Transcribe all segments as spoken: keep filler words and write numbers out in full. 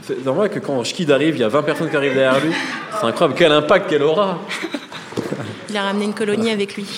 C'est normal que quand Schkid arrive, il y a vingt personnes qui arrivent derrière lui. C'est incroyable, quel impact qu'elle aura. Il a ramené une colonie avec lui.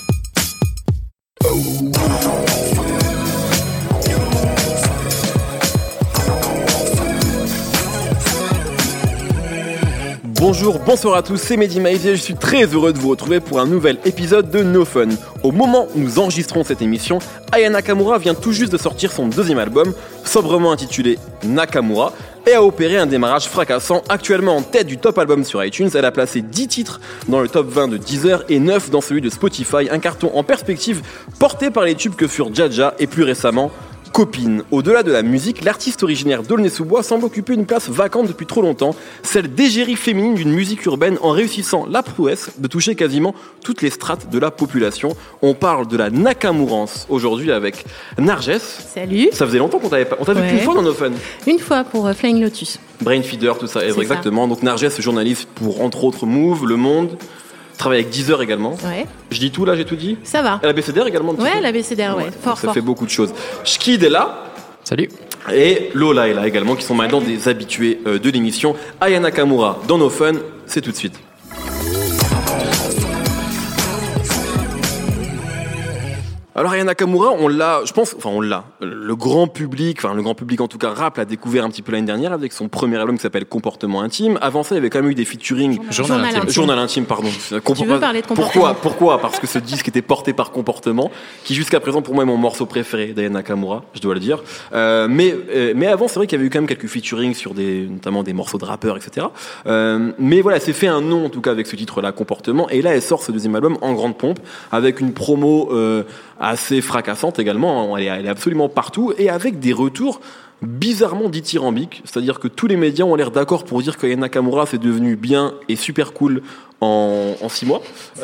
Bonjour, bonsoir à tous, c'est Mehdi Maizy et je suis très heureux de vous retrouver pour un nouvel épisode de No Fun. Au moment où nous enregistrons cette émission, Aya Nakamura vient tout juste de sortir son deuxième album, sobrement intitulé Nakamura, et a opéré un démarrage fracassant. Actuellement en tête du top album sur iTunes, elle a placé dix titres dans le top vingt de Deezer et neuf dans celui de Spotify, un carton en perspective porté par les tubes que furent Jaja et plus récemment Copine. Au-delà de la musique, l'artiste originaire d'Aulnay-sous-Bois semble occuper une place vacante depuis trop longtemps, celle d'égérie féminine d'une musique urbaine, en réussissant la prouesse de toucher quasiment toutes les strates de la population. On parle de la Nakamurance aujourd'hui avec Narges. Salut. Ça faisait longtemps qu'on t'avait pas... On t'a vu Ouais. qu'une fois dans No Fun. Une fois pour euh, Flying Lotus. Brainfeeder, tout ça, C'est exactement. Donc Narges, journaliste pour entre autres Move, Le Monde, travaille avec Deezer également. Ouais. Je dis tout là, j'ai tout dit. Ça va. Et la B C D R également. un petit Ouais, peu. la B C D R, ouais. Fort, ça fort. fait beaucoup de choses. Schkid est là. Salut. Et Lola est là également, qui sont maintenant des habitués euh, de l'émission. Aya Nakamura dans No Fun, c'est tout de suite. Alors Aya Nakamura, on l'a, je pense, enfin on l'a, le grand public, enfin le grand public en tout cas rap l'a découvert un petit peu l'année dernière avec son premier album qui s'appelle Comportement Intime. Avant ça, il y avait quand même eu des featuring. Journal, Journal intime. intime. Journal intime, pardon. Tu veux parler de Comportement ? Pourquoi Pourquoi Parce que ce disque était porté par Comportement, qui jusqu'à présent pour moi est mon morceau préféré d'Aya Nakamura, je dois le dire. Euh, mais euh, mais avant, c'est vrai qu'il y avait eu quand même quelques featuring sur des, notamment des morceaux de rappeurs, et cetera. Euh, mais voilà, elle s'est fait un nom en tout cas avec ce titre-là, Comportement. Et là, elle sort ce deuxième album en grande pompe avec une promo euh, assez fracassante également, elle est, elle est absolument partout et avec des retours bizarrement dithyrambiques, c'est-à-dire que tous les médias ont l'air d'accord pour dire qu'Aya Nakamura c'est devenu bien et super cool en, en six mois,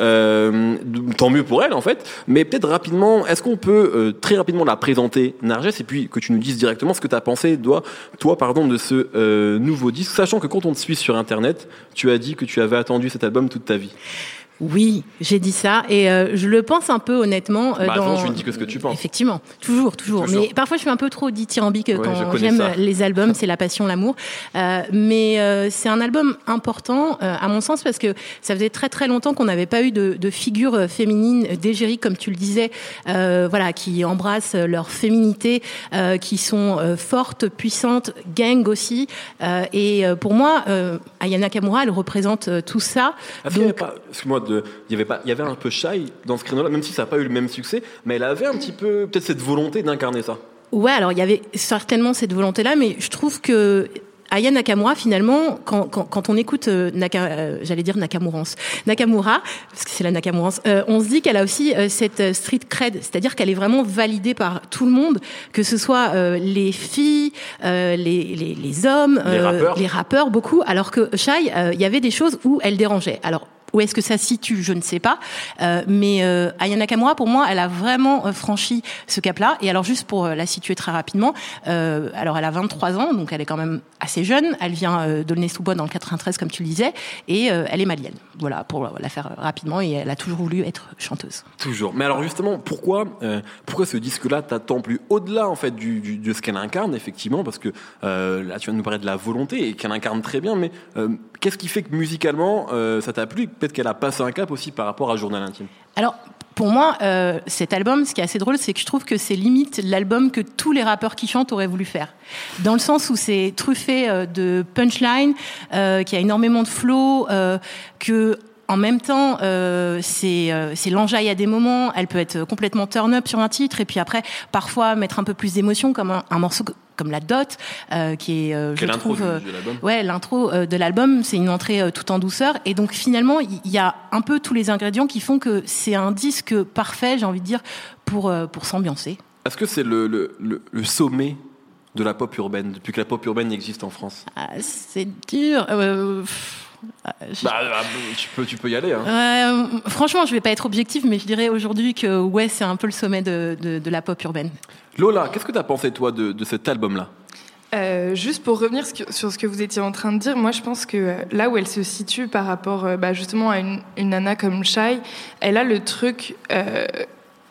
euh, tant mieux pour elle en fait, mais peut-être rapidement, est-ce qu'on peut euh, très rapidement la présenter, Narges, et puis que tu nous dises directement ce que tu as pensé toi, toi pardon, de ce euh, nouveau disque, sachant que quand on te suit sur internet, tu as dit que tu avais attendu cet album toute ta vie. Oui, j'ai dit ça et euh, je le pense un peu honnêtement. Euh, bah dans... attends, tu me dis que ce que tu penses. Effectivement, toujours, toujours. toujours. Mais parfois, je suis un peu trop dithyrambique ouais, quand j'aime ça. les albums. C'est la passion, l'amour. Euh, mais euh, c'est un album important, euh, à mon sens, parce que ça faisait très très longtemps qu'on n'avait pas eu de, de figure féminine d'égérie, comme tu le disais, euh, voilà, qui embrassent leur féminité, euh, qui sont euh, fortes, puissantes, gang aussi. Euh, et euh, pour moi, euh, Aya Nakamura, elle représente euh, tout ça. Ah, donc... pas, excuse-moi, de, il y avait pas, il y avait un peu shy dans ce créneau-là, même si ça n'a pas eu le même succès, mais elle avait un petit peu peut-être cette volonté d'incarner ça. Ouais, alors il y avait certainement cette volonté-là, mais je trouve que Aya Nakamura, finalement, quand, quand, quand on écoute euh, Naka, euh, j'allais dire Nakamurance, Nakamura, parce que c'est la Nakamurance, euh, on se dit qu'elle a aussi euh, cette street cred, c'est-à-dire qu'elle est vraiment validée par tout le monde, que ce soit euh, les filles, euh, les, les, les hommes, les, euh, rappeurs. les rappeurs, beaucoup, alors que Shai, euh, il y avait des choses où elle dérangeait. Alors, où est-ce que ça se situe, je ne sais pas. Euh, mais euh, Aya Nakamura, pour moi, elle a vraiment euh, franchi ce cap-là. Et alors, juste pour euh, la situer très rapidement, euh, alors elle a vingt-trois ans, donc elle est quand même assez jeune. Elle vient euh, d'Aulnay-sous-Bois dans le quatre-vingt-treize, comme tu le disais, et euh, elle est malienne. Voilà, pour la faire rapidement. Et elle a toujours voulu être chanteuse. Toujours. Mais alors justement, pourquoi, euh, pourquoi ce disque-là t'attend plus au-delà en fait du, du, de ce qu'elle incarne, effectivement, parce que euh, là, tu viens de nous parler de la volonté et qu'elle incarne très bien. Mais euh, qu'est-ce qui fait que musicalement, euh, ça t'a plu? Peut-être qu'elle a passé un cap aussi par rapport à Journal Intime. Alors, pour moi, euh, cet album, ce qui est assez drôle, c'est que je trouve que c'est limite l'album que tous les rappeurs qui chantent auraient voulu faire. Dans le sens où c'est truffé euh, de punchline, euh, qu'il y a énormément de flow, euh, que... En même temps, euh, c'est, euh, c'est l'enjaille à des moments. Elle peut être complètement turn-up sur un titre, et puis après, parfois mettre un peu plus d'émotion, comme un, un morceau comme la Dot, euh, qui est, euh, je trouve, euh, de l'album. ouais, l'intro euh, de l'album, c'est une entrée euh, tout en douceur, et donc finalement, il y, y a un peu tous les ingrédients qui font que c'est un disque parfait, j'ai envie de dire, pour euh, pour s'ambiancer. Est-ce que c'est le, le, le, le sommet de la pop urbaine depuis que la pop urbaine existe en France? Ah, c'est dur. Euh, bah, bah, tu peux, tu peux y aller. Hein. Euh, franchement, je vais pas être objective, mais je dirais aujourd'hui que ouais, c'est un peu le sommet de, de, de la pop urbaine. Lola, qu'est-ce que tu as pensé toi de, de cet album-là? Euh, juste pour revenir sur ce que vous étiez en train de dire, moi je pense que là où elle se situe par rapport bah, justement à une, une nana comme Shai, elle a le truc... Euh,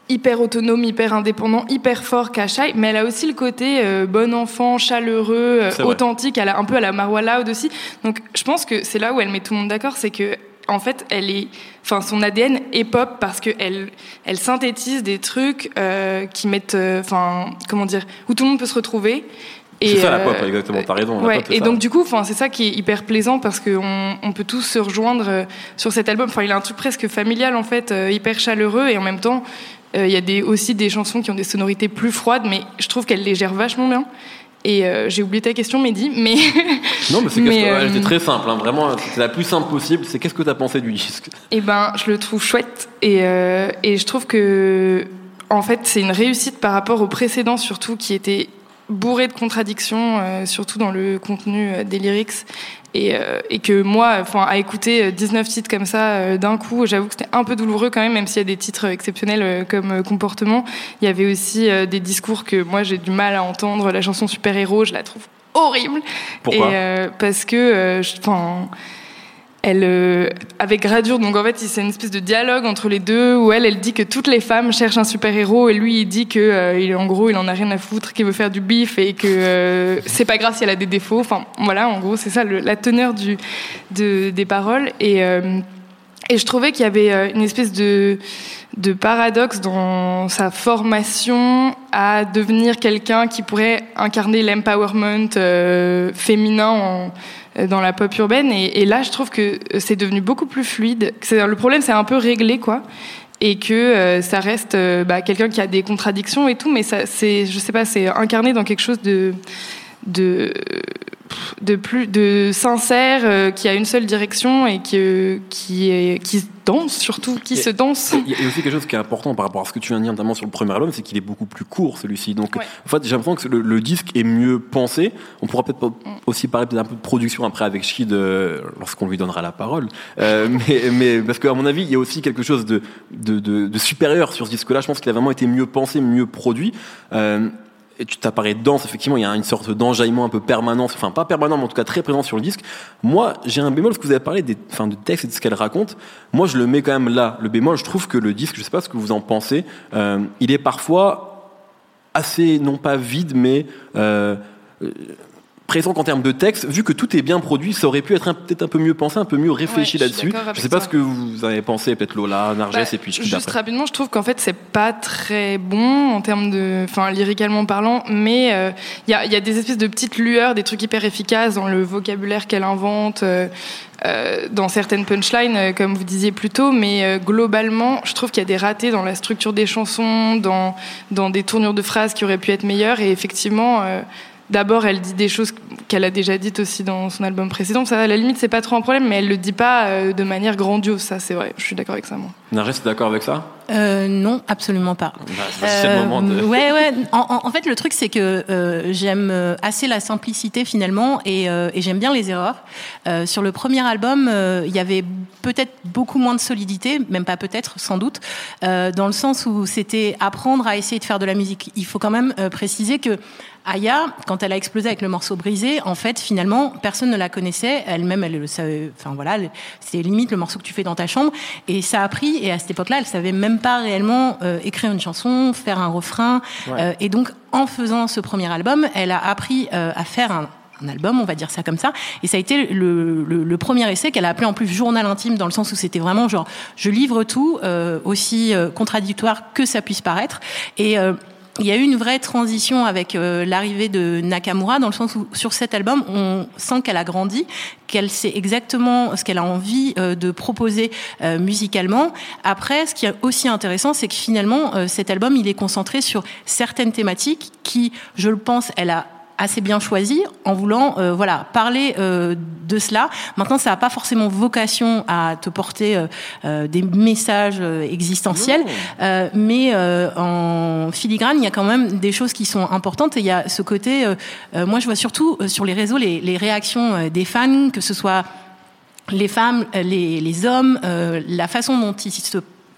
hyper autonome, hyper indépendant, hyper fort qu'Ashai, mais elle a aussi le côté euh, bon enfant, chaleureux, euh, authentique, elle a un peu à la Marwa Loud aussi. Donc je pense que c'est là où elle met tout le monde d'accord, c'est que en fait, elle est, enfin son A D N est pop parce que elle, elle synthétise des trucs euh, qui mettent, enfin euh, comment dire, où tout le monde peut se retrouver. Et c'est ça euh, la pop, exactement. T'as raison. Ouais. La pop, et ça. Donc du coup, enfin c'est ça qui est hyper plaisant parce que on, on peut tous se rejoindre sur cet album. Enfin, il a un truc presque familial en fait, euh, hyper chaleureux et en même temps. Il euh, y a des, aussi des chansons qui ont des sonorités plus froides, mais je trouve qu'elle les gère vachement bien. Et euh, j'ai oublié ta question, Mehdi, mais... non, mais c'est mais que, euh... elle était très simple, hein, vraiment, c'était la plus simple possible. C'est qu'est-ce que tu as pensé du disque ? Eh ben, je le trouve chouette. Et, euh, et je trouve que, en fait, c'est une réussite par rapport au précédent, surtout, qui était bourré de contradictions, euh, surtout dans le contenu euh, des lyrics. Et, euh, et que moi, enfin, à écouter dix-neuf titres comme ça euh, d'un coup, j'avoue que c'était un peu douloureux quand même, même s'il y a des titres exceptionnels euh, comme euh, Comportement. Il y avait aussi euh, des discours que moi j'ai du mal à entendre. La chanson Super Héros, je la trouve horrible. Pourquoi ? Et, euh, parce que, enfin. Euh, Elle, euh, avec Gradure, donc en fait c'est une espèce de dialogue entre les deux où elle, elle dit que toutes les femmes cherchent un super-héros et lui il dit que euh, il, en gros il en a rien à foutre, qu'il veut faire du bif et que euh, c'est pas grave si elle a des défauts. Enfin voilà, en gros c'est ça le, la teneur du, de, des paroles et, euh, et je trouvais qu'il y avait une espèce de, de paradoxe dans sa formation à devenir quelqu'un qui pourrait incarner l'empowerment euh, féminin en dans la pop urbaine et, et là je trouve que c'est devenu beaucoup plus fluide. C'est, le problème c'est un peu réglé quoi et que euh, ça reste euh, bah, quelqu'un qui a des contradictions et tout, mais ça c'est je sais pas c'est incarné dans quelque chose de de de plus de sincère euh, qui a une seule direction et qui euh, qui est qui danse surtout qui et, se danse. Il y a aussi quelque chose qui est important par rapport à ce que tu viens de dire notamment sur le premier album, c'est qu'il est beaucoup plus court celui-ci. Donc ouais. En fait j'ai l'impression que le, le disque est mieux pensé. On pourra peut-être mm. aussi parler peut-être un peu de production après avec Shid euh, lorsqu'on lui donnera la parole. Euh, mais mais parce qu'à mon avis il y a aussi quelque chose de de de, de supérieur sur ce disque-là. Je pense qu'il a vraiment été mieux pensé, mieux produit. Euh, Et tu t'apparais de danse, effectivement, il y a une sorte d'enjaillement un peu permanent, enfin pas permanent, mais en tout cas très présent sur le disque. Moi, j'ai un bémol, parce que vous avez parlé des, enfin, de texte et de ce qu'elle raconte. Moi, je le mets quand même là. Le bémol, je trouve que le disque, je sais pas ce que vous en pensez, euh, il est parfois assez, non pas vide, mais euh, euh, présent qu'en termes de texte, vu que tout est bien produit, ça aurait pu être un, peut-être un peu mieux pensé, un peu mieux réfléchi ouais, là-dessus. Je sais pas toi. Ce que vous avez pensé, peut-être Lola, Narges bah, et puis je Juste d'après. Rapidement, je trouve qu'en fait c'est pas très bon en termes de, enfin lyricalement parlant, mais il euh, y, a, y a des espèces de petites lueurs, des trucs hyper efficaces dans le vocabulaire qu'elle invente. Euh, Euh, dans certaines punchlines, euh, comme vous disiez plus tôt, mais euh, globalement, je trouve qu'il y a des ratés dans la structure des chansons, dans, dans des tournures de phrases qui auraient pu être meilleures, et effectivement, euh, d'abord, elle dit des choses qu'elle a déjà dites aussi dans son album précédent. Ça, à la limite, c'est pas trop un problème, mais elle le dit pas euh, de manière grandiose. Ça, c'est vrai. Je suis d'accord avec ça, moi. Narges, t'es d'accord avec ça ? Euh, non, absolument pas. Bah, c'est euh, le moment de... Ouais, ouais. En, en fait, le truc, c'est que euh, j'aime assez la simplicité finalement, et, euh, et j'aime bien les erreurs. Euh, sur le premier album, euh, il y avait peut-être beaucoup moins de solidité, même pas peut-être, sans doute, euh, dans le sens où c'était apprendre à essayer de faire de la musique. Il faut quand même euh, préciser que Aya, quand elle a explosé avec le morceau Brisé, en fait, finalement, personne ne la connaissait. Elle-même, elle le savait. Enfin voilà, c'était limite le morceau que tu fais dans ta chambre. Et ça a pris. Et à cette époque-là, elle savait même pas réellement euh, écrire une chanson, faire un refrain. Ouais. Euh, et donc, en faisant ce premier album, elle a appris euh, à faire un un album, on va dire ça comme ça, et ça a été le, le, le premier essai qu'elle a appelé en plus journal intime, dans le sens où c'était vraiment genre je livre tout, euh, aussi euh, contradictoire que ça puisse paraître. Et euh, il y a eu une vraie transition avec euh, l'arrivée de Nakamura, dans le sens où sur cet album on sent qu'elle a grandi, qu'elle sait exactement ce qu'elle a envie euh, de proposer euh, musicalement. Après, ce qui est aussi intéressant, c'est que finalement euh, cet album il est concentré sur certaines thématiques qui, je le pense, elle a assez bien choisi en voulant euh, voilà parler euh, de cela. Maintenant, ça n'a pas forcément vocation à te porter euh, euh, des messages euh, existentiels, euh, mais euh, en filigrane, il y a quand même des choses qui sont importantes. Et il y a ce côté, euh, euh, moi, je vois surtout euh, sur les réseaux les, les réactions euh, des fans, que ce soit les femmes, les, les hommes, euh, la façon dont ils se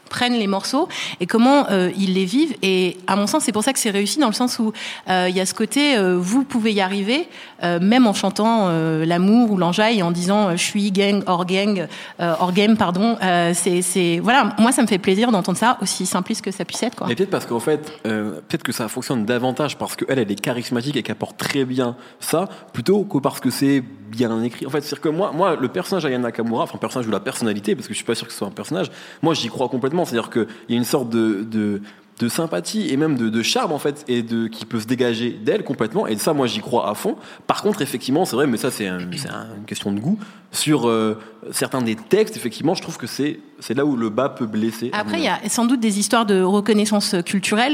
prennent les morceaux et comment euh, ils les vivent. Et à mon sens, c'est pour ça que c'est réussi, dans le sens où il euh, y a ce côté, euh, vous pouvez y arriver, euh, même en chantant euh, l'amour ou l'enjaille, en disant euh, je suis gang, hors gang, euh, hors game, pardon. Euh, c'est, c'est, voilà, moi, ça me fait plaisir d'entendre ça, aussi simpliste que ça puisse être, quoi. Et peut-être parce qu'en fait, euh, peut-être que ça fonctionne davantage parce qu'elle, elle est charismatique et qu'elle porte très bien ça, plutôt que parce que c'est bien écrit. En fait, c'est-à-dire que moi, moi, le personnage Aya Nakamura, enfin, personnage ou la personnalité, parce que je suis pas sûr que ce soit un personnage, moi, j'y crois complètement. C'est-à-dire qu'il y a une sorte de, de, de sympathie et même de, de charme, en fait, et de, qui peut se dégager d'elle complètement. Et ça, moi, j'y crois à fond. Par contre, effectivement, c'est vrai, mais ça, c'est, un, c'est un, une question de goût. Sur euh, certains des textes, effectivement, je trouve que c'est, c'est là où le bas peut blesser. Après, il y a sans doute des histoires de reconnaissance culturelle.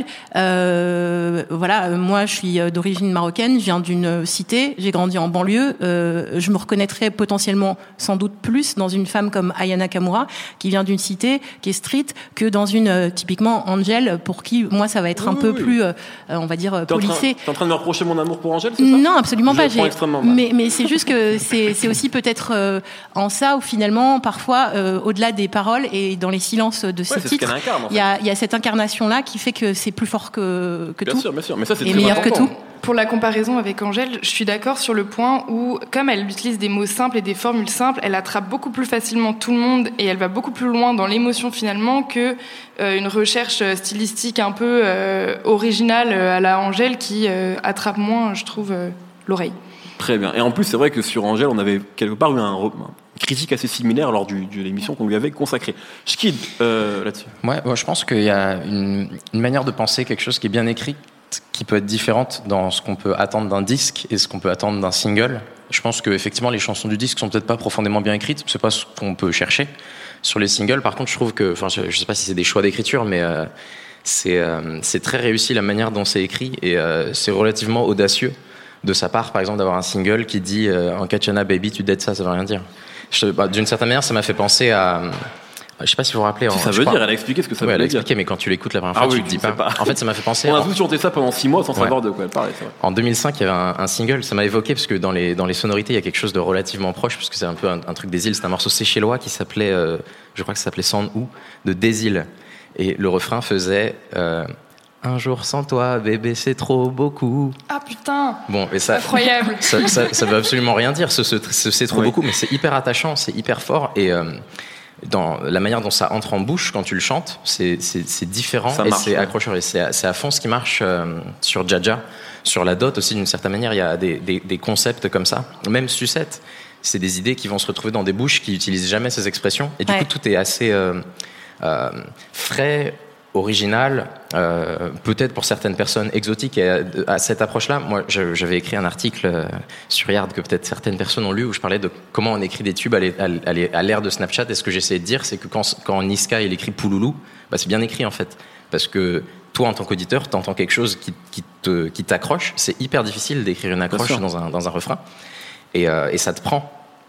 Euh, voilà, moi, je suis d'origine marocaine, je viens d'une cité, j'ai grandi en banlieue. Euh, je me reconnaîtrais potentiellement, sans doute plus, dans une femme comme Aya Nakamura, qui vient d'une cité, qui est street, que dans une, euh, typiquement, Angel, pour qui, moi, ça va être oui, un peu oui. plus, euh, on va dire, policé. T'es en train de me reprocher mon amour pour Angel, c'est ça ? Non, absolument je pas. J'ai... extrêmement mal. Mais, mais c'est juste que c'est, c'est aussi peut-être euh, en ça où finalement, parfois, euh, au-delà des paroles et dans les silences de ces ouais, titres, il en fait. y, a, y a cette incarnation-là qui fait que c'est plus fort que, que bien tout. Bien sûr, bien sûr. Mais ça, c'est et très meilleur important. que tout. Pour la comparaison avec Angèle, je suis d'accord sur le point où, comme elle utilise des mots simples et des formules simples, elle attrape beaucoup plus facilement tout le monde et elle va beaucoup plus loin dans l'émotion finalement que euh, une recherche stylistique un peu euh, originale à la Angèle qui euh, attrape moins, je trouve, euh, l'oreille. Très bien. Et en plus, c'est vrai que sur Angèle, on avait quelque part eu un, un critique assez similaire lors du, de l'émission qu'on lui avait consacrée. Schkid, euh, là-dessus. Ouais, ouais, je pense qu'il y a une, une manière de penser quelque chose qui est bien écrit, qui peut être différente dans ce qu'on peut attendre d'un disque et ce qu'on peut attendre d'un single. Je pense que effectivement les chansons du disque sont peut-être pas profondément bien écrites, c'est pas ce qu'on peut chercher sur les singles. Par contre, je trouve que, enfin, je, je sais pas si c'est des choix d'écriture, mais euh, c'est euh, c'est très réussi la manière dont c'est écrit et euh, c'est relativement audacieux de sa part, par exemple, d'avoir un single qui dit euh, en Kachana baby tu dead ça, ça veut rien dire. Je, bah, d'une certaine manière, ça m'a fait penser à je sais pas si vous vous rappelez. Ça en, veut crois, dire, elle a expliqué ce que ça ouais, veut dire. Elle a expliqué, mais quand tu l'écoutes la première fois, ah, tu oui, le dis pas. pas. En fait, ça m'a fait penser. On a en... tous chanté ça pendant six mois sans ouais. savoir de quoi elle parlait. C'est vrai. En deux mille cinq, il y avait un, un single, ça m'a évoqué parce que dans les dans les sonorités, il y a quelque chose de relativement proche, parce que c'est un peu un, un truc des îles. C'est un morceau séchellois qui s'appelait, euh, je crois que ça s'appelait Sand ou de des îles, et le refrain faisait. Euh, Un jour sans toi, bébé, c'est trop beaucoup. Ah putain. Bon, et ça, incroyable. Ça, ça, ça veut absolument rien dire. Ce, ce, ce c'est trop oui. beaucoup, mais c'est hyper attachant, c'est hyper fort et. Euh, dans la manière dont ça entre en bouche quand tu le chantes, c'est, c'est, c'est différent ça et marche, c'est ouais. accrocheur. Et c'est, c'est à fond ce qui marche euh, sur Jaja, sur la dot aussi d'une certaine manière. Il y a des, des, des concepts comme ça. Même sucette, c'est des idées qui vont se retrouver dans des bouches qui n'utilisent jamais ces expressions. Et du ouais. coup, tout est assez euh, euh, frais, original, euh, peut-être pour certaines personnes exotique. Et à, à cette approche-là, moi, je, j'avais écrit un article euh, sur Yard que peut-être certaines personnes ont lu où je parlais de comment on écrit des tubes à, à, à l'ère de Snapchat. Et ce que j'essayais de dire, c'est que quand, quand Niska il écrit Pouloulou, bah, c'est bien écrit en fait, parce que toi, en tant qu'auditeur, t'entends quelque chose qui, qui, te, qui t'accroche. C'est hyper difficile d'écrire une accroche dans un, dans un refrain, et, euh, et ça te prend.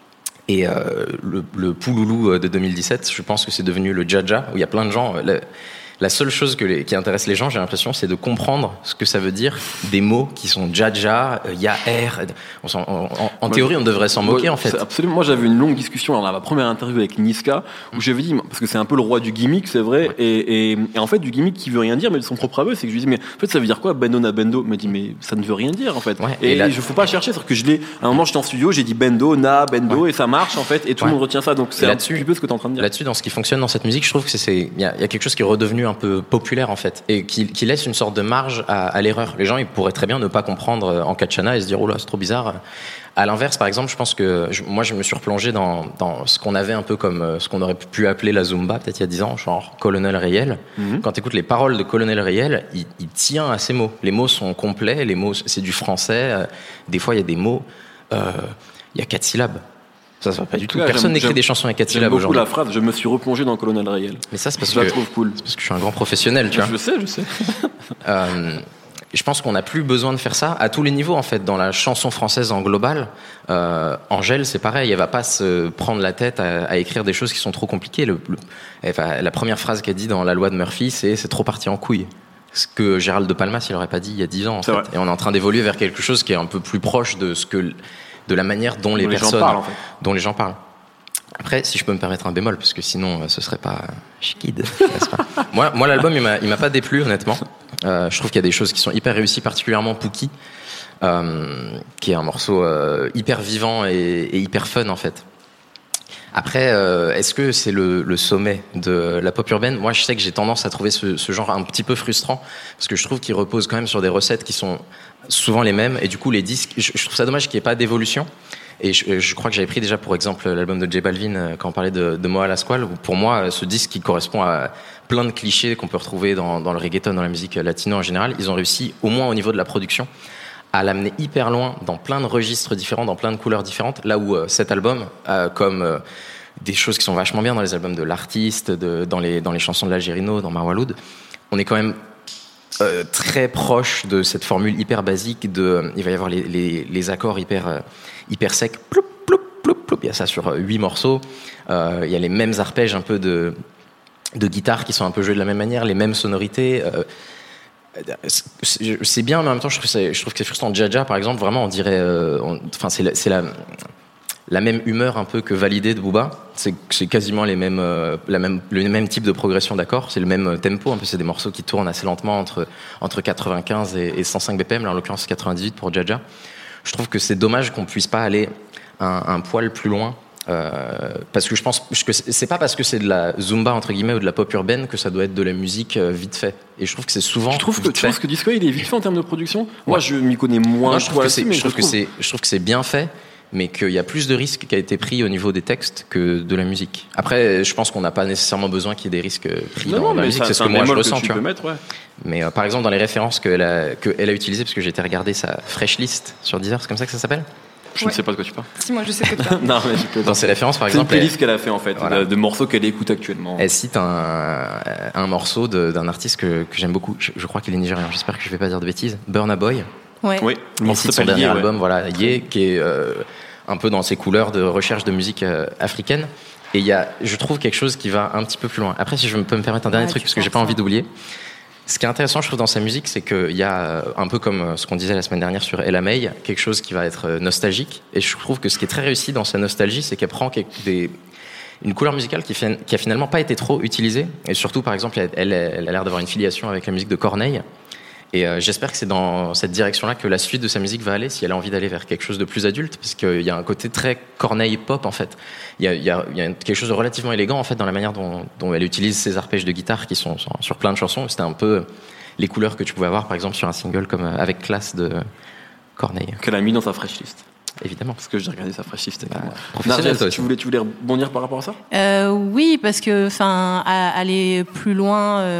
Et euh, le, le Pouloulou de deux mille dix-sept, je pense que c'est devenu le Jaja, où il y a plein de gens. Le, La seule chose que les, qui intéresse les gens, j'ai l'impression, c'est de comprendre ce que ça veut dire des mots qui sont Jaja, euh, Yaher. On s'en, en, en, en théorie, on devrait s'en moquer, moi, en fait. Absolument. Moi, j'avais une longue discussion dans ma première interview avec Niska, où j'avais dit, parce que c'est un peu le roi du gimmick, c'est vrai, ouais. et, et, et en fait, du gimmick qui veut rien dire, mais de son propre aveu, c'est que je lui dis, mais en fait, ça veut dire quoi, Bendo na Bendo? Il m'a dit, mais ça ne veut rien dire, en fait. Ouais, et, et là, je ne faut pas chercher, c'est-à-dire que je l'ai, à un moment, j'étais en studio, j'ai dit Bendo, na, Bendo, ouais. et ça marche, en fait, et tout ouais. le monde retient ça. Donc, c'est là-dessus, un petit peu ce que tu es en train de dire. Là-dessus, dans ce qui fonctionne dans cette musique, je trouve que c'est, il y, y a quelque chose qui est redevenu un peu populaire, en fait, et qui, qui laisse une sorte de marge à, à l'erreur. Les gens, ils pourraient très bien ne pas comprendre en Kachana et se dire, oh là, c'est trop bizarre. À l'inverse, par exemple, je pense que je, moi, je me suis replongé dans, dans ce qu'on avait un peu comme ce qu'on aurait pu appeler la Zumba, peut-être il y a dix ans, genre Colonel Riel. Mm-hmm. Quand tu écoutes les paroles de Colonel Riel, il, il tient à ces mots. Les mots sont complets, les mots, c'est du français. Des fois, il y a des mots, euh, il y a quatre syllabes. Ça se va pas du tout. Cas, Personne n'écrit des chansons avec quatre syllabes aujourd'hui. J'aime beaucoup la phrase, je me suis replongé dans Colonel Riel. Mais ça, c'est parce je que la trouve cool. C'est parce que je suis un grand professionnel, tu vois. Je sais, je sais. euh, je pense qu'on n'a plus besoin de faire ça à tous les niveaux, en fait. Dans la chanson française en global, euh, Angèle, c'est pareil. Elle va pas se prendre la tête à, à écrire des choses qui sont trop compliquées. Le, le, elle va, la première phrase qu'elle dit dans La Loi de Murphy, c'est « c'est trop parti en couille ». Ce que Gérald de Palmas, il n'aurait pas dit il y a dix ans, en fait. Vrai. Et on est en train d'évoluer vers quelque chose qui est un peu plus proche de ce que, de la manière dont les, dont les personnes, gens parlent, en fait. dont les gens parlent. Après, si je peux me permettre un bémol, parce que sinon, euh, ce serait pas chiquide, n'est-ce pas ? Moi, moi, l'album, il m'a, il m'a pas déplu, honnêtement. Euh, je trouve qu'il y a des choses qui sont hyper réussies, particulièrement Pookie, euh, qui est un morceau euh, hyper vivant et, et hyper fun, en fait. Après, euh, est-ce que c'est le, le sommet de la pop urbaine ? Moi, je sais que j'ai tendance à trouver ce, ce genre un petit peu frustrant, parce que je trouve qu'il repose quand même sur des recettes qui sont souvent les mêmes, et du coup, les disques, je, je trouve ça dommage qu'il n'y ait pas d'évolution. Et je, je crois que j'avais pris déjà pour exemple l'album de J Balvin quand on parlait de, de Moa La Squale, où pour moi ce disque qui correspond à plein de clichés qu'on peut retrouver dans, dans le reggaeton, dans la musique latino en général, ils ont réussi au moins au niveau de la production à l'amener hyper loin dans plein de registres différents, dans plein de couleurs différentes, là où euh, cet album, euh, comme euh, des choses qui sont vachement bien dans les albums de l'artiste, de, dans, les, dans les chansons de l'Algérino, dans Marwaloud, on est quand même Euh, très proche de cette formule hyper basique de, euh, il va y avoir les, les, les accords hyper, euh, hyper secs, ploup, ploup, ploup, ploup. Il y a ça sur huit morceaux, euh, il y a les mêmes arpèges un peu de, de guitare qui sont un peu joués de la même manière, les mêmes sonorités, euh, c'est, c'est bien, mais en même temps je trouve, c'est, je trouve que c'est frustrant. Jaja par exemple, vraiment on dirait, euh, on, enfin c'est la, c'est la la même humeur un peu que Validé de Booba, c'est, c'est quasiment les mêmes, euh, la même, le même type de progression d'accords, c'est le même tempo, un peu, c'est des morceaux qui tournent assez lentement entre, entre quatre-vingt-quinze et, et cent cinq B P M, là en l'occurrence quatre-vingt-dix-huit pour Jaja. Je trouve que c'est dommage qu'on puisse pas aller un, un poil plus loin, euh, parce que je pense que c'est pas parce que c'est de la Zumba entre guillemets ou de la pop urbaine que ça doit être de la musique euh, vite fait. Et je trouve que c'est souvent. Tu trouves que, tu trouves que Disco il est vite fait en termes de production ? Ouais. Moi je m'y connais moins. Non, je trouve que c'est, je trouve que c'est, je trouve que c'est bien fait, mais qu'il y a plus de risques qui a été pris au niveau des textes que de la musique. Après, je pense qu'on n'a pas nécessairement besoin qu'il y ait des risques pris non, dans, non, dans la musique, ça, c'est ce que moi je ressens. Tu vois. Mettre, ouais. Mais euh, par exemple, dans les références qu'elle a, qu'elle a utilisées, parce que j'ai été regarder sa fresh list sur Deezer, c'est comme ça que ça s'appelle ? Je ouais. ne sais pas de quoi tu parles. Si, moi je sais que tu parles. Non, mais je peux dans ses références, par c'est exemple. C'est une playlist qu'elle a fait en fait, voilà. de, de morceaux qu'elle écoute actuellement. Elle cite un, un morceau de, d'un artiste que, que j'aime beaucoup. Je, je crois qu'il est nigérien, j'espère que je ne vais pas dire de bêtises. Burna Boy. Ouais. Oui, le morceau de son dernier album, ouais. Voilà, Ye, qui est. Euh, un peu dans ses couleurs de recherche de musique euh, africaine. Et il y a, je trouve, quelque chose qui va un petit peu plus loin. Après, si je peux me permettre un dernier ouais, truc, parce que j'ai pas ça. envie d'oublier. Ce qui est intéressant, je trouve, dans sa musique, c'est qu'il y a, un peu comme ce qu'on disait la semaine dernière sur Ella May, quelque chose qui va être nostalgique. Et je trouve que ce qui est très réussi dans sa nostalgie, c'est qu'elle prend des, une couleur musicale qui, fait, qui a finalement pas été trop utilisée. Et surtout, par exemple, elle, elle, elle a l'air d'avoir une filiation avec la musique de Corneille. Et euh, j'espère que c'est dans cette direction-là que la suite de sa musique va aller, si elle a envie d'aller vers quelque chose de plus adulte, parce qu'il y a un côté très Corneille pop en fait. Il y a, il y a, il y a quelque chose de relativement élégant en fait dans la manière dont, dont elle utilise ses arpèges de guitare qui sont, sont sur plein de chansons. C'était un peu les couleurs que tu pouvais avoir par exemple sur un single comme Avec classe de Corneille. Qu'elle a mis dans sa fresh list. Évidemment. Parce que j'ai regardé sa fresh list. Bah, professionnel, toi, tu voulais, tu voulais rebondir par rapport à ça ? euh, Oui, parce que enfin, aller plus loin, euh,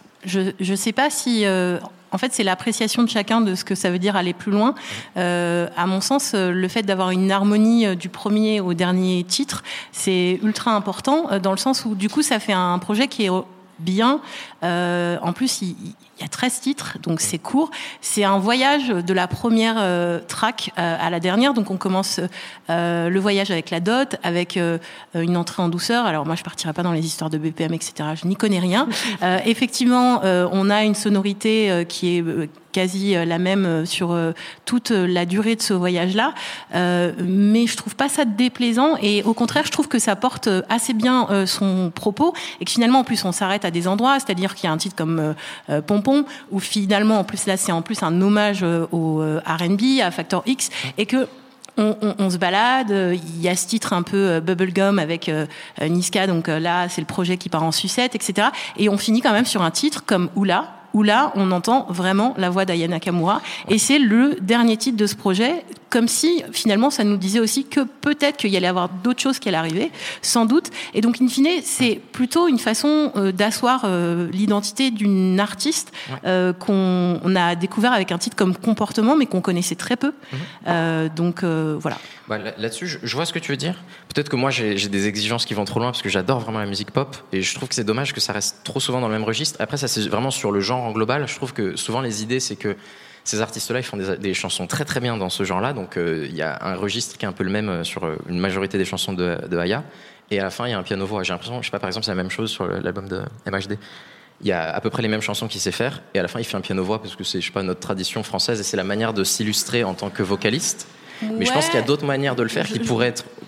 je je sais pas si. Euh, En fait, c'est l'appréciation de chacun de ce que ça veut dire aller plus loin. Euh, à mon sens, le fait d'avoir une harmonie du premier au dernier titre, c'est ultra important, dans le sens où, du coup, ça fait un projet qui est bien. Euh, en plus, il, il y a treize titres, donc c'est court. C'est un voyage de la première euh, track euh, à la dernière. Donc on commence euh, le voyage avec la dot, avec euh, une entrée en douceur. Alors moi, je partirai pas dans les histoires de B P M, et cetera. Je n'y connais rien. Euh, effectivement, euh, on a une sonorité euh, qui est euh, quasi la même sur euh, toute la durée de ce voyage-là. Euh, mais je trouve pas ça déplaisant. Et au contraire, je trouve que ça porte assez bien euh, son propos. Et que finalement, en plus, on s'arrête à des endroits. C'est-à-dire qu'il y a un titre comme euh, Pompon, où finalement, en plus, là, c'est en plus un hommage euh, au euh, R and B, à Factor X, et que On, on, on se balade, il y a ce titre un peu euh, bubblegum avec euh, Niska, donc euh, là c'est le projet qui part en sucette, et cetera. Et on finit quand même sur un titre comme Oula, où là on entend vraiment la voix d'Aya Nakamura, et c'est le dernier titre de ce projet, comme si finalement ça nous disait aussi que peut-être qu'il y allait avoir d'autres choses qui allaient arriver, sans doute. Et donc in fine, c'est plutôt une façon euh, d'asseoir euh, l'identité d'une artiste euh, qu'on on a découvert avec un titre comme Comportement, mais qu'on connaissait très peu. Mm-hmm. Euh, donc euh, voilà. Bah, là-dessus, je, je vois ce que tu veux dire. Peut-être que moi j'ai, j'ai des exigences qui vont trop loin parce que j'adore vraiment la musique pop, et je trouve que c'est dommage que ça reste trop souvent dans le même registre. Après, ça c'est vraiment sur le genre en global. Je trouve que souvent les idées, c'est que ces artistes-là, ils font des, des chansons très très bien dans ce genre-là. Donc il euh, y a un registre qui est un peu le même sur euh, une majorité des chansons de, de Aya. Et à la fin, il y a un piano-voix. J'ai l'impression, je sais pas, par exemple, c'est la même chose sur l'album de M H D. Il y a à peu près les mêmes chansons qu'il sait faire. Et à la fin, il fait un piano-voix parce que c'est, je sais pas, notre tradition française et c'est la manière de s'illustrer en tant que vocaliste. Ouais. Mais je pense qu'il y a d'autres manières de le faire qui pourraient être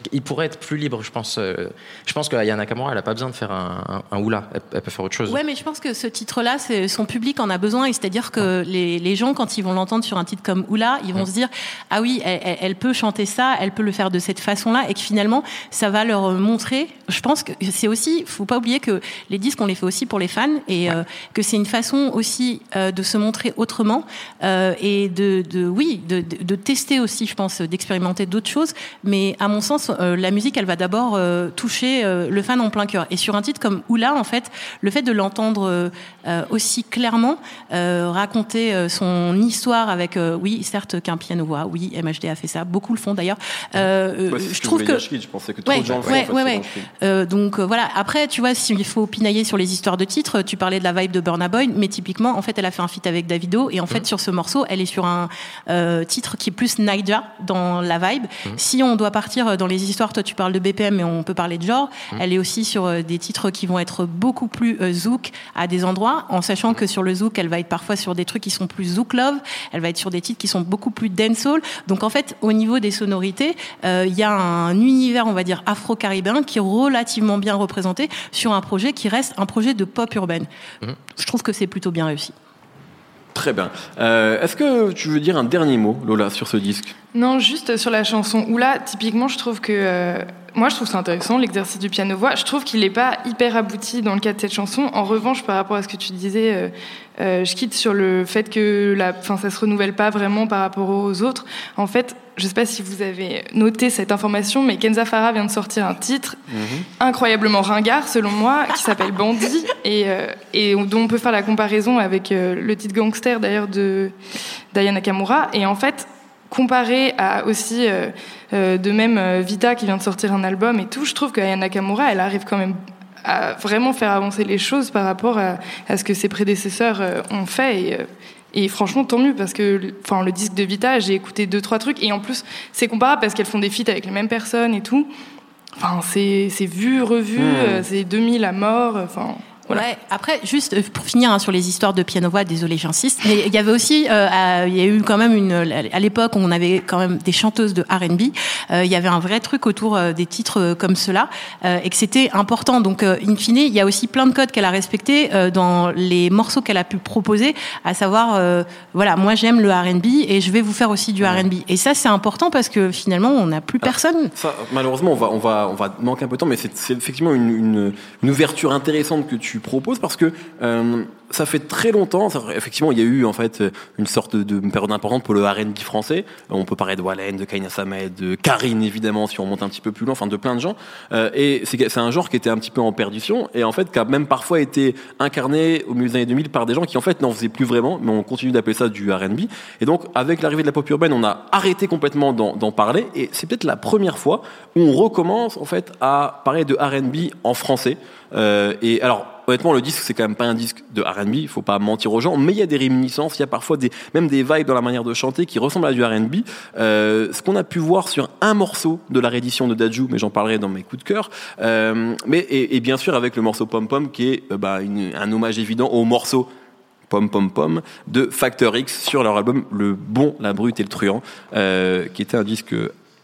il pourrait être plus libre, je pense. Euh, je pense que Aya Nakamura, elle a pas besoin de faire un, un, un oula, elle, elle peut faire autre chose. Ouais, mais je pense que ce titre-là, c'est, son public en a besoin, et c'est-à-dire que les, les gens, quand ils vont l'entendre sur un titre comme oula, ils vont mmh. se dire ah oui, elle, elle, elle peut chanter ça, elle peut le faire de cette façon-là, et que finalement, ça va leur montrer. Je pense que c'est aussi, faut pas oublier que les disques, on les fait aussi pour les fans, et ouais. euh, que c'est une façon aussi euh, de se montrer autrement, euh, et de, de oui, de, de, de tester aussi, je pense, d'expérimenter d'autres choses. Mais à mon sens, euh, la musique, elle va d'abord euh, toucher euh, le fan en plein cœur. Et sur un titre comme Oula, en fait, le fait de l'entendre euh, aussi clairement, euh, raconter euh, son histoire avec, euh, oui, certes qu'un piano voix, oui, M H D a fait ça, beaucoup le font d'ailleurs. Euh, ouais, je trouve que, je pensais que trop ouais, de gens le font. Ouais, en fait, ouais, ouais. Euh, donc euh, voilà. Après, tu vois, s'il faut pinailler sur les histoires de titres, tu parlais de la vibe de Burna Boy, mais typiquement, en fait, elle a fait un feat avec Davido, et en fait, mmh. sur ce morceau, elle est sur un euh, titre qui est plus Naija dans la vibe. Mmh. Si on doit partir dans les histoires, toi tu parles de B P M, mais on peut parler de genre, mmh. elle est aussi sur euh, des titres qui vont être beaucoup plus euh, zouk à des endroits, en sachant que sur le zouk, elle va être parfois sur des trucs qui sont plus zouk love, elle va être sur des titres qui sont beaucoup plus dancehall. Donc en fait, au niveau des sonorités, il euh, y a un univers, on va dire, afro-caribéen qui est relativement bien représenté sur un projet qui reste un projet de pop urbaine. Mmh. Je trouve que c'est plutôt bien réussi. Très bien. Euh, est-ce que tu veux dire un dernier mot, Lola, sur ce disque ? Non, juste sur la chanson Oula, typiquement, je trouve que... Euh, moi, je trouve ça intéressant, l'exercice du piano-voix. Je trouve qu'il n'est pas hyper abouti dans le cas de cette chanson. En revanche, par rapport à ce que tu disais, euh, euh, je quitte sur le fait que la, ça ne se renouvelle pas vraiment par rapport aux autres. En fait, je ne sais pas si vous avez noté cette information, mais Kenza Farah vient de sortir un titre mmh. incroyablement ringard, selon moi, qui s'appelle Bandit, et, euh, et dont on peut faire la comparaison avec euh, le titre Gangster, d'ailleurs, de d'Aya Nakamura. Et en fait, comparé à aussi euh, euh, de même euh, Vita qui vient de sortir un album et tout, je trouve qu'Aya Nakamura, elle arrive quand même à vraiment faire avancer les choses par rapport à, à ce que ses prédécesseurs euh, ont fait, et, euh, et franchement tant mieux, parce que enfin, le disque de Vita, j'ai écouté deux trois trucs, et en plus c'est comparable parce qu'elles font des feats avec les mêmes personnes et tout, enfin c'est, c'est vu, revu, mmh. euh, c'est deux mille à mort, enfin... Voilà. Ouais, après, juste pour finir hein, sur les histoires de piano-voix, désolé, j'insiste, mais il y avait aussi, euh, à, il y a eu quand même une, à l'époque où on avait quand même des chanteuses de R and B, euh, il y avait un vrai truc autour euh, des titres euh, comme ceux-là, euh, et que c'était important. Donc, euh, in fine, il y a aussi plein de codes qu'elle a respectés euh, dans les morceaux qu'elle a pu proposer, à savoir, euh, voilà, moi j'aime le R and B et je vais vous faire aussi du ouais. R and B. Et ça, c'est important parce que finalement, on n'a plus Alors, personne. Ça, malheureusement, on va, on va, on va manquer un peu de temps, mais c'est, c'est effectivement une, une, une ouverture intéressante que tu propose, parce que euh, ça fait très longtemps, ça, effectivement, il y a eu en fait une sorte de, de période importante pour le R and B français. On peut parler de Wallen, de Kaina Samed, de Karine évidemment, si on monte un petit peu plus loin, enfin de plein de gens. Euh, et c'est, c'est un genre qui était un petit peu en perdition, et en fait qui a même parfois été incarné au milieu des années deux mille par des gens qui en fait n'en faisaient plus vraiment, mais on continue d'appeler ça du R and B. Et donc avec l'arrivée de la pop urbaine, on a arrêté complètement d'en, d'en parler, et c'est peut-être la première fois où on recommence en fait à parler de R and B en français. Euh, et alors honnêtement, le disque, c'est quand même pas un disque de R and B, il faut pas mentir aux gens, mais il y a des réminiscences, il y a parfois des, même des vibes dans la manière de chanter qui ressemblent à du R and B. Euh, ce qu'on a pu voir sur un morceau de la réédition de Dadju, mais j'en parlerai dans mes coups de cœur, euh, mais, et, et bien sûr avec le morceau Pom Pom, qui est euh, bah, une, un hommage évident au morceau Pom Pom Pom de Factor X sur leur album Le Bon, la Brute et le Truand, euh, qui était un disque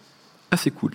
assez cool.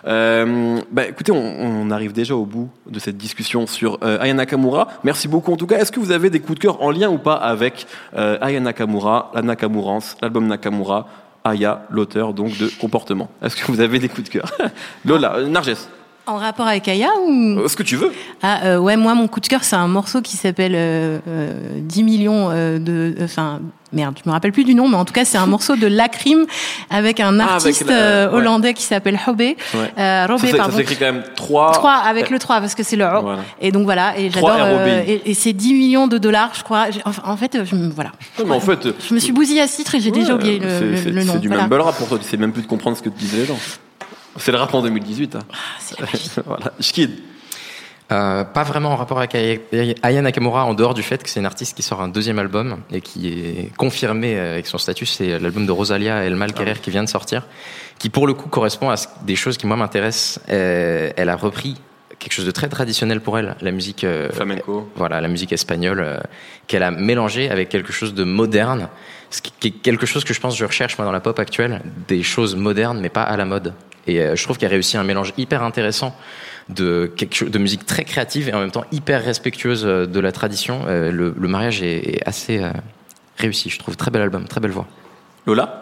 Euh, bah, écoutez, on, on arrive déjà au bout de cette discussion sur euh, Aya Nakamura. Merci beaucoup en tout cas. Est-ce que vous avez des coups de cœur en lien ou pas avec euh, Aya Nakamura, la Nakamurance, l'album Nakamura, Aya, l'auteur donc de Comportement? Est-ce que vous avez des coups de cœur? Lola, euh, Narges. En rapport avec Aya ou euh, ce que tu veux. Ah euh, ouais, moi mon coup de cœur c'est un morceau qui s'appelle euh, euh, dix millions euh, de enfin euh, merde, je me rappelle plus du nom, mais en tout cas c'est un morceau de Lacrim avec un artiste ah, avec la, euh, hollandais ouais. qui s'appelle Robé. Ouais. Euh, Robé ça, pardon. Ça s'écrit quand même trois trois avec le trois parce que c'est le voilà. Et donc voilà, et j'adore euh, et, et c'est dix millions de dollars, je crois. Enfin, en fait je voilà. Non, mais en fait je me suis bousillée à ce titre et j'ai ouais, déjà oublié le, c'est, le, c'est, le nom. C'est du voilà. mumble rap pour toi, tu sais même plus de comprendre ce que te disaient les gens. C'est le rap en deux mille dix-huit. Hein. Ah, c'est voilà. Schkid. Euh, pas vraiment en rapport avec Aya Nakamura, en dehors du fait que c'est une artiste qui sort un deuxième album et qui est confirmé avec son statut. C'est l'album de Rosalia El Mal Querer ah. qui vient de sortir, qui pour le coup correspond à des choses qui moi m'intéressent. Euh, elle a repris quelque chose de très traditionnel pour elle, la musique euh, flamenco. Voilà, la musique espagnole euh, qu'elle a mélangée avec quelque chose de moderne, ce qui, qui est quelque chose que je pense que je recherche moi dans la pop actuelle, des choses modernes mais pas à la mode. Et euh, je trouve qu'elle a réussi un mélange hyper intéressant de quelque chose de musique très créative et en même temps hyper respectueuse de la tradition. Euh, le, le mariage est, est assez euh, réussi, je trouve. Très bel album, très belle voix. Lola ?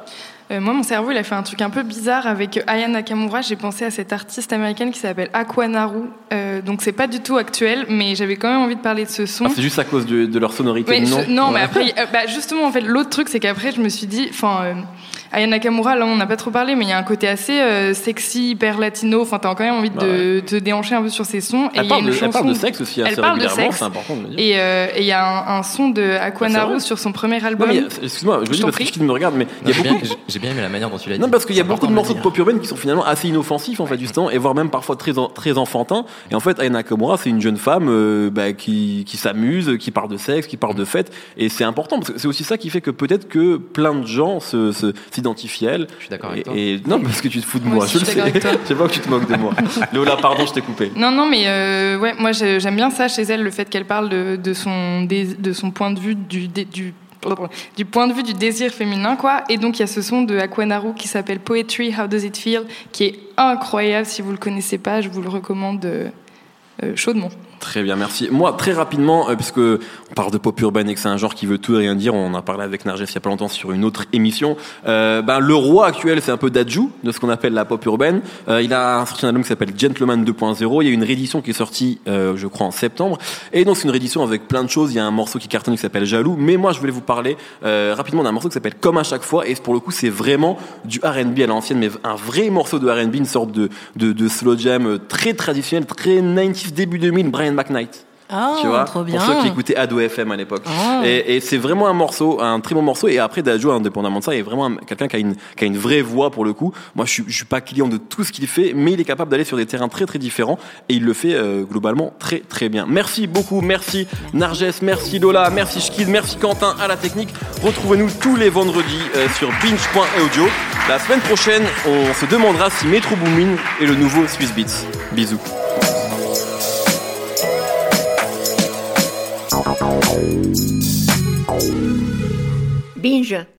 Euh, moi, mon cerveau, il a fait un truc un peu bizarre avec Aya Nakamura. J'ai pensé à cette artiste américaine qui s'appelle Aquanaru. Euh, donc, c'est pas du tout actuel, mais j'avais quand même envie de parler de ce son. Ah, c'est juste à cause de, de leur sonorité, mais non je, Non, ouais. mais après, euh, bah, justement, en fait, l'autre truc, c'est qu'après, je me suis dit, enfin, euh, Aya Nakamura, là, on n'a pas trop parlé, mais il y a un côté assez euh, sexy, hyper latino. Enfin, t'as quand même envie bah, de ouais. te déhancher un peu sur ses sons. Elle, et parle, y a une de, chanson... elle parle de sexe aussi assez elle parle régulièrement, de sexe. C'est important de le dire. Et il euh, y a un, un son de Aquanaru sur son premier album. Non, mais, excuse-moi, je, je dis parce que je me regarde, mais il y a j'ai, beaucoup... bien, j'ai bien aimé la manière dont tu l'as dit. Non, parce qu'il y a beaucoup de morceaux de pop urbaine qui sont finalement assez inoffensifs, en fait, justement, et voire même parfois très, en, très enfantins. Et en fait, Aya Nakamura, c'est une jeune femme euh, bah, qui, qui s'amuse, qui parle de sexe, qui parle de fête. Et c'est important, parce que c'est aussi ça qui fait que peut-être que plein de gens se, se, s'identifient à elle. Je suis d'accord avec et, toi. Et, non, parce que tu te fous de moi, moi je le sais. Je sais pas que tu te moques de moi. Lola, pardon, je t'ai coupé. Non, non, mais euh, ouais, moi j'aime bien ça chez elle, le fait qu'elle parle de, de, son, de son point de vue du, du du point de vue du désir féminin, quoi. Et donc il y a ce son de Aquanaru qui s'appelle Poetry, How Does It Feel, qui est incroyable. Si vous le connaissez pas, je vous le recommande euh, euh, chaudement. Très bien, merci. Moi, très rapidement, euh, puisque on parle de pop urbaine et que c'est un genre qui veut tout et rien dire, on en a parlé avec Narges il y a pas longtemps sur une autre émission. Euh, ben, le roi actuel, c'est un peu Dadju, de ce qu'on appelle la pop urbaine. Euh, il a sorti un album qui s'appelle Gentleman deux point zéro. Il y a une réédition qui est sortie, euh, je crois, en septembre. Et donc, c'est une réédition avec plein de choses. Il y a un morceau qui cartonne qui s'appelle Jaloux. Mais moi, je voulais vous parler euh, rapidement d'un morceau qui s'appelle Comme à chaque fois. Et pour le coup, c'est vraiment du R and B à l'ancienne, mais un vrai morceau de R and B, une sorte de, de, de slow jam très traditionnel, très quatre-vingt-dix, début deux mille, Brian McKnight. Oh, tu vois, trop bien. pour ceux qui écoutaient Ado F M à l'époque. Oh. Et, et c'est vraiment un morceau, un très bon morceau. Et après, Dadju, indépendamment de ça, est vraiment un, quelqu'un qui a, une, qui a une vraie voix pour le coup. Moi, je suis, je suis pas client de tout ce qu'il fait, mais il est capable d'aller sur des terrains très très différents et il le fait euh, globalement très très bien. Merci beaucoup, merci Narges, merci Lola, merci Schkid, merci Quentin à la technique. Retrouvez-nous tous les vendredis euh, sur binge point audio. La semaine prochaine, on se demandera si Metro Boomin est le nouveau Swiss Beats. Bisous. Binge.